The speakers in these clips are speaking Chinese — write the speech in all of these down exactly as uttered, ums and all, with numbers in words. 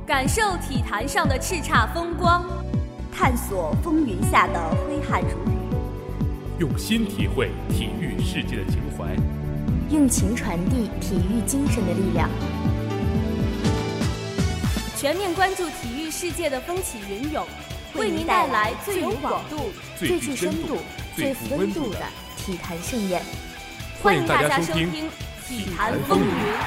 感受体坛上的叱咤风光， 探索风云下的挥汗如雨， 用心体会体育世界的情怀， 用情传递体育精神的力量。 全面关注体育世界的风起云涌，为您带来最有广度、 最具深度、 最富温度的体坛盛宴。 欢迎大家收听《体坛风云》。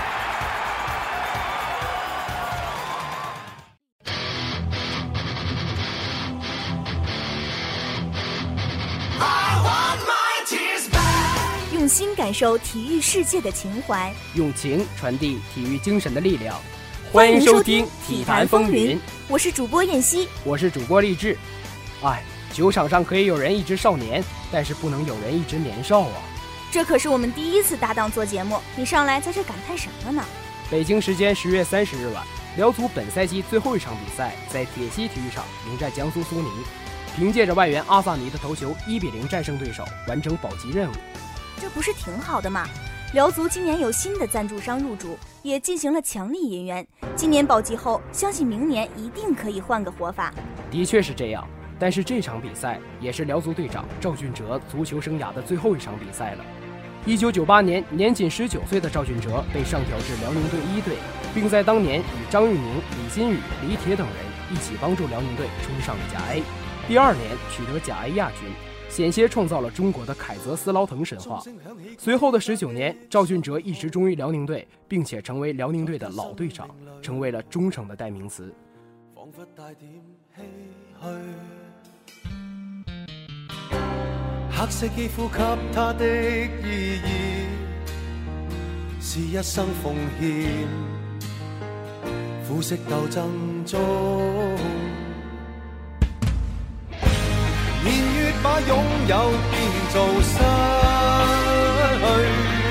用心感受体育世界的情怀， 用情传递体育精神的力量。欢迎收听《体坛风云》， 我是主播燕西， 我是主播励志。哎，球场上可以有人一直少年，但是不能有人一直年少啊！ 这可是我们第一次搭档做节目，你上来在这感叹什么呢？ 北京时间十月三十日晚，辽足本赛季最后一场比赛在铁西体育场迎战江苏苏宁，凭借着外援阿萨尼的头球，一比零战胜对手，完成保级任务。 这不是挺好的吗？辽足今年有新的赞助商入驻，也进行了强力引援。今年保级后，相信明年一定可以换个活法。 的确是这样，但是这场比赛也是辽足队长赵俊哲足球生涯的最后一场比赛了。一九九八年，年仅十九岁的赵俊哲被上调至辽宁队一队，并在当年与张玉宁、李金羽、李铁等人一起帮助辽宁队冲上了甲 A。第二年取得甲 A 亚军，险些创造了中国的凯泽斯劳滕神话。随后的十九年，赵俊哲一直忠于辽宁队，并且成为辽宁队的老队长，成为了忠诚的代名词。仿佛帶點唏噓， 黑色肌膚給他的意義是一生奉獻，膚色鬥爭中年月把擁有變做失去，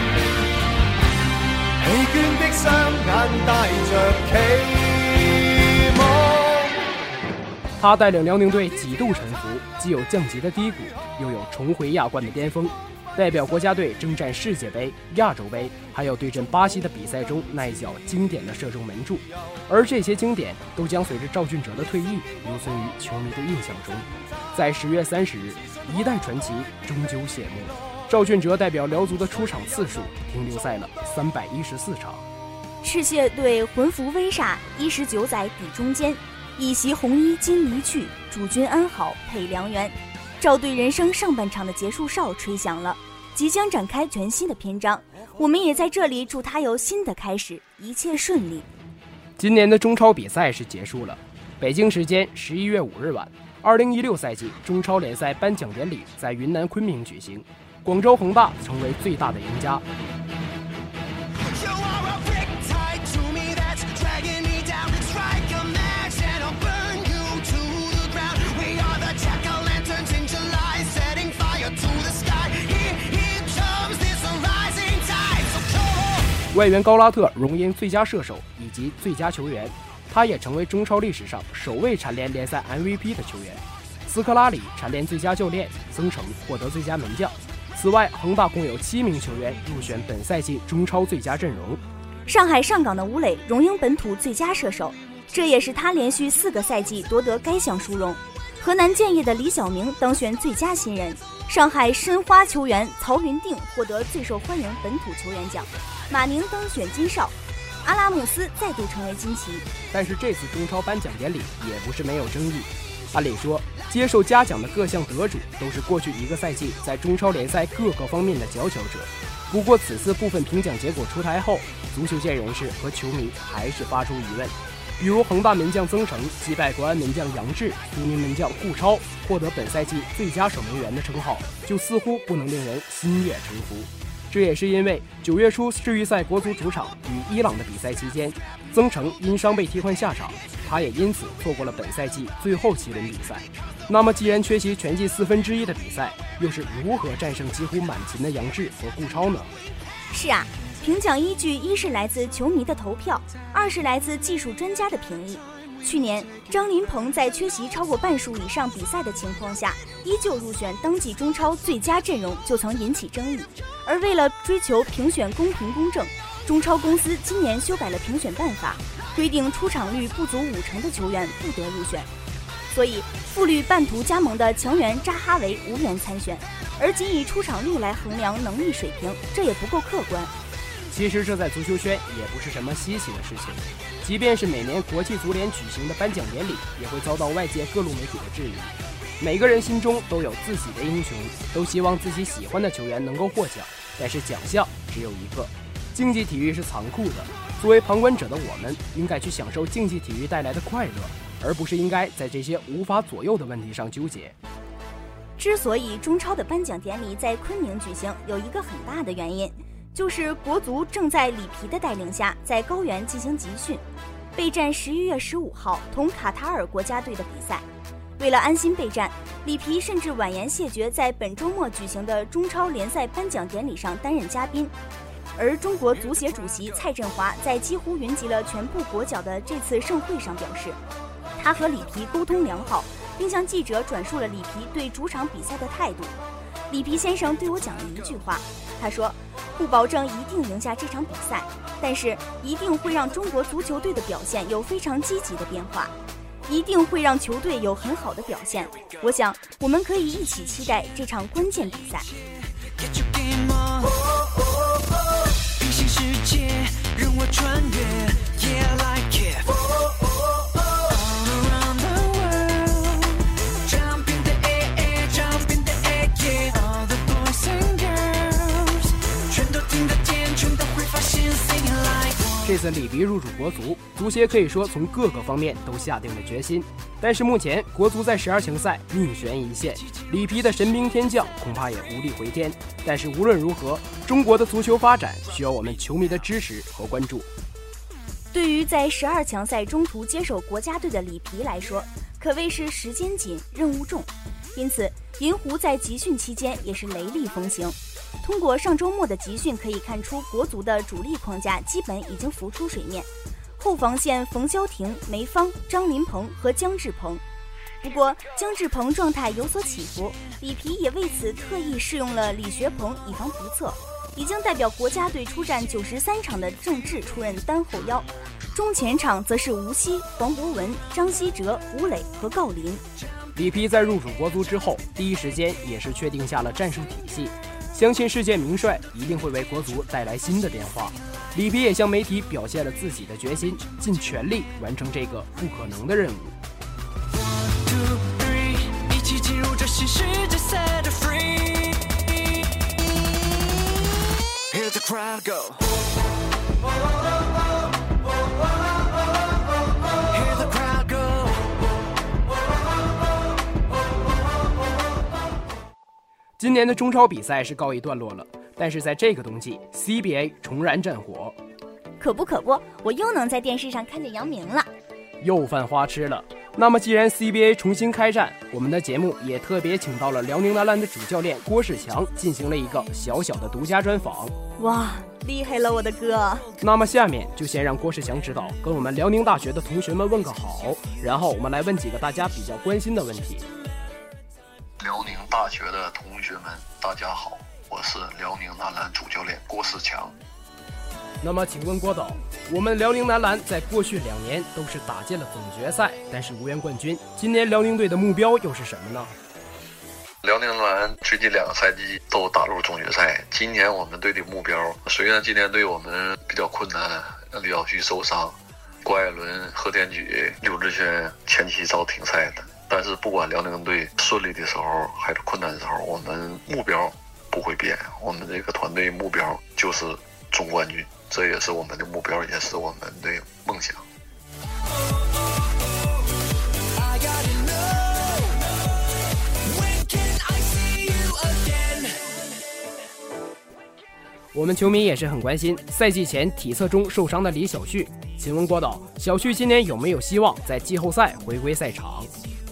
疲倦的雙眼帶着期望。 他帶領遼寧隊幾度沉浮，既有降級的低谷，又有重回亞冠的巔峰。代表國家隊征戰世界盃、亞洲盃，還有對陣巴西的比賽中那一腳經典的射中門柱，而這些經典都將隨着趙俊哲的退役留存於球迷的印象中。在十月三十日，一代傳奇終究謝幕。趙俊哲代表遼足的出場次數停留在了三百一十四場。 赤蟹隊魂符威煞，一十九載抵中間，一襲紅衣今離去，主君安好配良緣。趙隊人生上半場的結束哨吹響了，即將展開全新的篇章。我們也在這裡祝他有新的開始，一切順利。 今年的中超比賽是結束了，北京時間十一月五日晚，二零一六賽季中超聯賽頒獎典禮在雲南昆明舉行，廣州恆大成為最大的贏家。外援高拉特荣膺最佳射手以及最佳球員，他也成為中超歷史上首位蟬聯聯賽 M V P 的球員。斯科拉里蟬聯最佳教練，曾誠獲得最佳門將。此外，恆大共有七名球員入選本賽季中超最佳陣容。 上海上港的吳磊榮膺本土最佳射手，這也是他連續四個賽季奪得該項殊榮。河南建業的李曉明當選最佳新人。上海申花球員曹雲定獲得最受歡迎本土球員獎。馬寧當選金哨，阿拉姆斯再度成為金旗。 但是這次中超頒獎典禮也不是沒有爭議。按理說，接受嘉獎的各項得主都是過去一個賽季在中超聯賽各個方面的佼佼者。不過此次部分評獎結果出台後，足球界人士和球迷還是發出疑問。比如恆大門將曾誠擊敗國安門將楊志，蘇寧門將顧超獲得本賽季最佳守門員的稱號，就似乎不能令人心悅誠服。這也是因為九月初世預賽國足主場與伊朗的比賽期間，曾誠因傷被替換下場，他也因此錯過了本賽季最後七輪比賽。那麼既然缺席全季四分之一的比賽，又是如何戰勝幾乎滿勤的楊志和顧超呢？ 是啊，評獎依據一是來自球迷的投票，二是來自技術專家的評議。去年張琳芃在缺席超過半數以上比賽的情況下，依舊入選當季中超最佳陣容，就曾引起爭議。而為了追求評選公平公正， 中超公司今年修改了评选办法，规定出场率不足五成的球员不得入选，所以富律半途加盟的强援扎哈维无缘参选，而仅以出场率来衡量能力水平，这也不够客观。 其实这在足球圈也不是什么稀奇的事情，即便是每年国际足联举行的颁奖典礼，也会遭到外界各路媒体的质疑。每个人心中都有自己的英雄，都希望自己喜欢的球员能够获奖，但是奖项只有一个。竞技体育是残酷的，作为旁观者的我们，应该去享受竞技体育带来的快乐，而不是应该在这些无法左右的问题上纠结。 之所以中超的颁奖典礼在昆明举行，有一个很大的原因，就是国足正在里皮的带领下在高原进行集训，备战十一月十五号同卡塔尔国家队的比赛。为了安心备战，里皮甚至婉言谢绝在本周末举行的中超联赛颁奖典礼上担任嘉宾。而中国足协主席蔡振华在几乎云集了全部国脚的这次盛会上表示，他和里皮沟通良好，并向记者转述了里皮对主场比赛的态度。里皮先生对我讲了一句话，他说，不保证一定赢下这场比赛，但是一定会让中国足球队的表现有非常积极的变化，一定会让球队有很好的表现。我想我们可以一起期待这场关键比赛。平行世界任我穿越 Yeah like it All around the world Jump in the air Jump in the air Yeah All the boys and girls 全都听得见全都会发现 Sing like 这次里皮入主国足，足协可以说从各个方面都下定了决心，但是目前国足在十二强赛命悬一线，里皮的神兵天降恐怕也无力回天。但是无论如何，中国的足球发展需要我们球迷的支持和关注。对于在十二强赛中途接手国家队的里皮来说，可谓是时间紧任务重，因此银狐在集训期间也是雷厉风行。通过上周末的集训可以看出，国足的主力框架基本已经浮出水面，后防线冯潇霆、梅芳、张琳芃和姜志鹏。不过姜志鹏状态有所起伏，里皮也为此特意试用了李学鹏，以防不测。已经代表国家队出战九十三场的郑智出任单后腰，中前场则是吴曦、黄博文、张稀哲、吴磊和郜林。里皮在入主国足之后，第一时间也是确定下了战术体系，相信世界名帅一定会为国足带来新的变化。里皮也向媒体表现了自己的决心，尽全力完成这个不可能的任务。一起进入这新世界 set it free Hear the crowd go Hear the crowd go 今年的中超比赛是告一段落了，但是在这个冬季 C B A 重燃战火。 可不可不，我又能在电视上看见姚明了， 又犯花痴了。那么既然 C B A 重新开战，我们的节目也特别请到了辽宁男篮的主教练郭士强，进行了一个小小的独家专访。 哇，厉害了我的哥！ 那么下面就先让郭士强指导跟我们辽宁大学的同学们问个好，然后我们来问几个大家比较关心的问题。 辽宁大学的同学们大家好，我是辽宁男篮主教练郭士强。 那么请问郭导，我们辽宁男篮在过去两年都是打进了总决赛，但是无缘冠军，今年辽宁队的目标又是什么呢？ 辽宁男篮最近两个赛季都打入总决赛，今年我们队的目标，虽然今年对我们比较困难，李晓旭受伤，郭艾伦、贺天举、刘志轩前期遭停赛的，但是不管辽宁队顺利的时候还是困难的时候，我们目标不会变，我们这个团队目标就是总冠军，这也是我们的目标，也是我们的梦想。 我们球迷也是很关心赛季前体测中受伤的李晓旭，请问郭导，小旭今年有没有希望在季后赛回归赛场？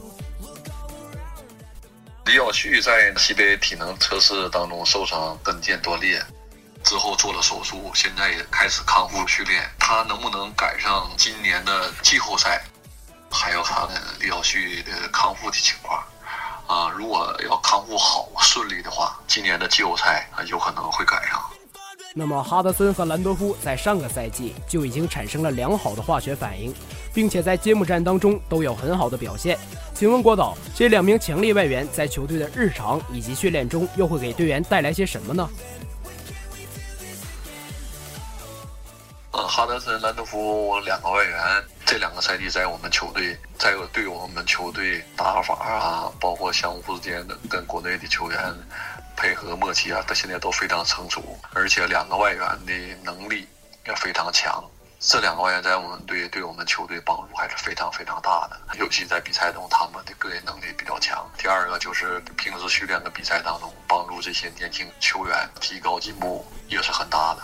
李晓旭在 C B A 体能测试当中受伤，跟腱断裂之后做了手术，现在也开始康复训练。他能不能赶上今年的季后赛，还要看李晓旭的康复的情况。啊，如果要康复好顺利的话，今年的季后赛啊有可能会赶上。 那么哈德森和兰多夫在上个赛季就已经产生了良好的化学反应，并且在揭幕战当中都有很好的表现。请问国导，这两名强力外援在球队的日常以及训练中又会给队员带来些什么呢？ 嗯，哈德森、兰多夫两个外援，这两个赛季在我们球队，在对我们球队打法啊，包括相互之间的跟国内的球员配合默契啊，他现在都非常成熟，而且两个外援的能力也非常强。这两个外援在我们队对我们球队帮助还是非常非常大的，尤其在比赛中他们的个人能力比较强。第二个就是平时训练的比赛当中，帮助这些年轻球员提高进步也是很大的。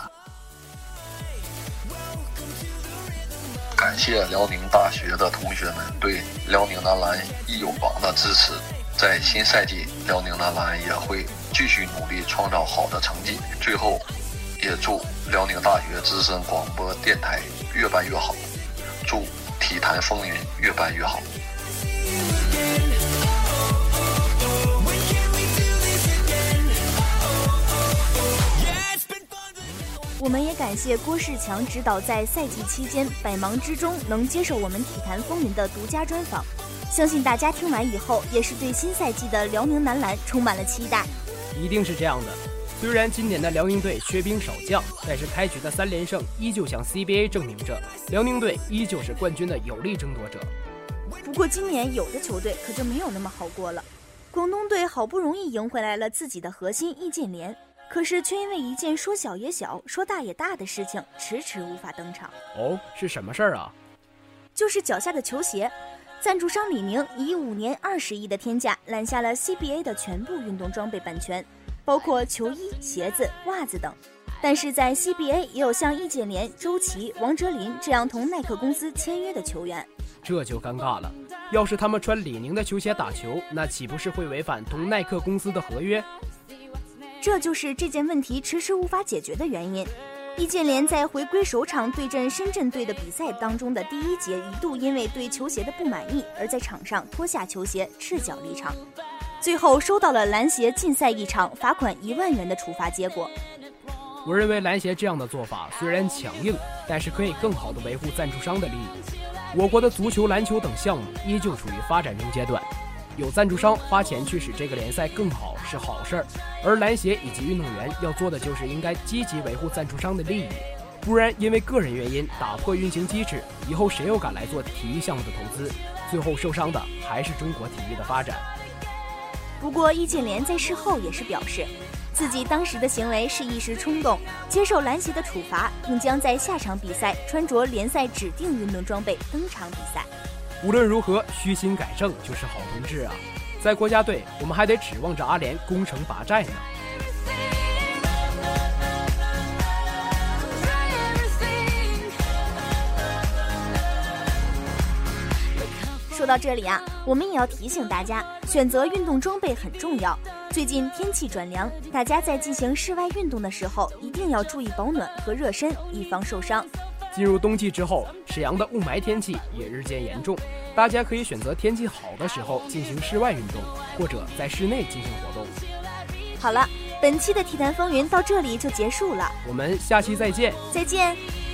感谢辽宁大学的同学们对辽宁男篮一有榜的支持，在新赛季辽宁男篮也会继续努力创造好的成绩。最后也祝辽宁大学之声广播电台越办越好，祝体坛风云越办越好。 我们也感谢郭士强指导在赛季期间百忙之中能接受我们体坛风云的独家专访，相信大家听完以后也是对新赛季的辽宁男篮充满了期待。 一定是这样的，虽然今年的辽宁队缺兵少将，但是开局的三连胜依旧向 C B A 证明着辽宁队依旧是冠军的有力争夺者。 不过今年有的球队可就没有那么好过了，广东队好不容易赢回来了自己的核心易建联，可是却因为一件说小也小说大也大的事情迟迟无法登场。 哦，是什么事儿啊？ 就是脚下的球鞋，赞助商李宁以五年二十亿的天价揽下了 C B A 的全部运动装备版权，包括球衣、鞋子、袜子等。但是在 C B A 也有像易建联、周琦、王哲林这样同耐克公司签约的球员， 这就尴尬了。要是他们穿李宁的球鞋打球，那岂不是会违反同耐克公司的合约？ 这就是这件问题迟迟无法解决的原因。易建联在回归首场对阵深圳队的比赛当中的第一节，一度因为对球鞋的不满意而在场上脱下球鞋赤脚离场，最后收到了篮协禁赛一场、罚款一万元的处罚结果。 我认为篮协这样的做法虽然强硬，但是可以更好地维护赞助商的利益。我国的足球、篮球等项目依旧处于发展中阶段，有赞助商花钱去使这个联赛更好是好事儿，而篮协以及运动员要做的就是应该积极维护赞助商的利益，不然因为个人原因打破运行机制，以后谁又敢来做体育项目的投资，最后受伤的还是中国体育的发展。 不过易建联在事后也是表示，自己当时的行为是一时冲动，接受篮协的处罚，并将在下场比赛穿着联赛指定运动装备登场比赛。 无论如何，虚心改正就是好同志啊！在国家队，我们还得指望着阿联攻城拔寨呢。 说到这里啊，我们也要提醒大家，选择运动装备很重要。最近天气转凉，大家在进行室外运动的时候，一定要注意保暖和热身，以防受伤。 进入冬季之后，沈阳的雾霾天气也日渐严重，大家可以选择天气好的时候进行室外运动，或者在室内进行活动。 好了，本期的体坛风云到这里就结束了， 我们下期再见。 再见。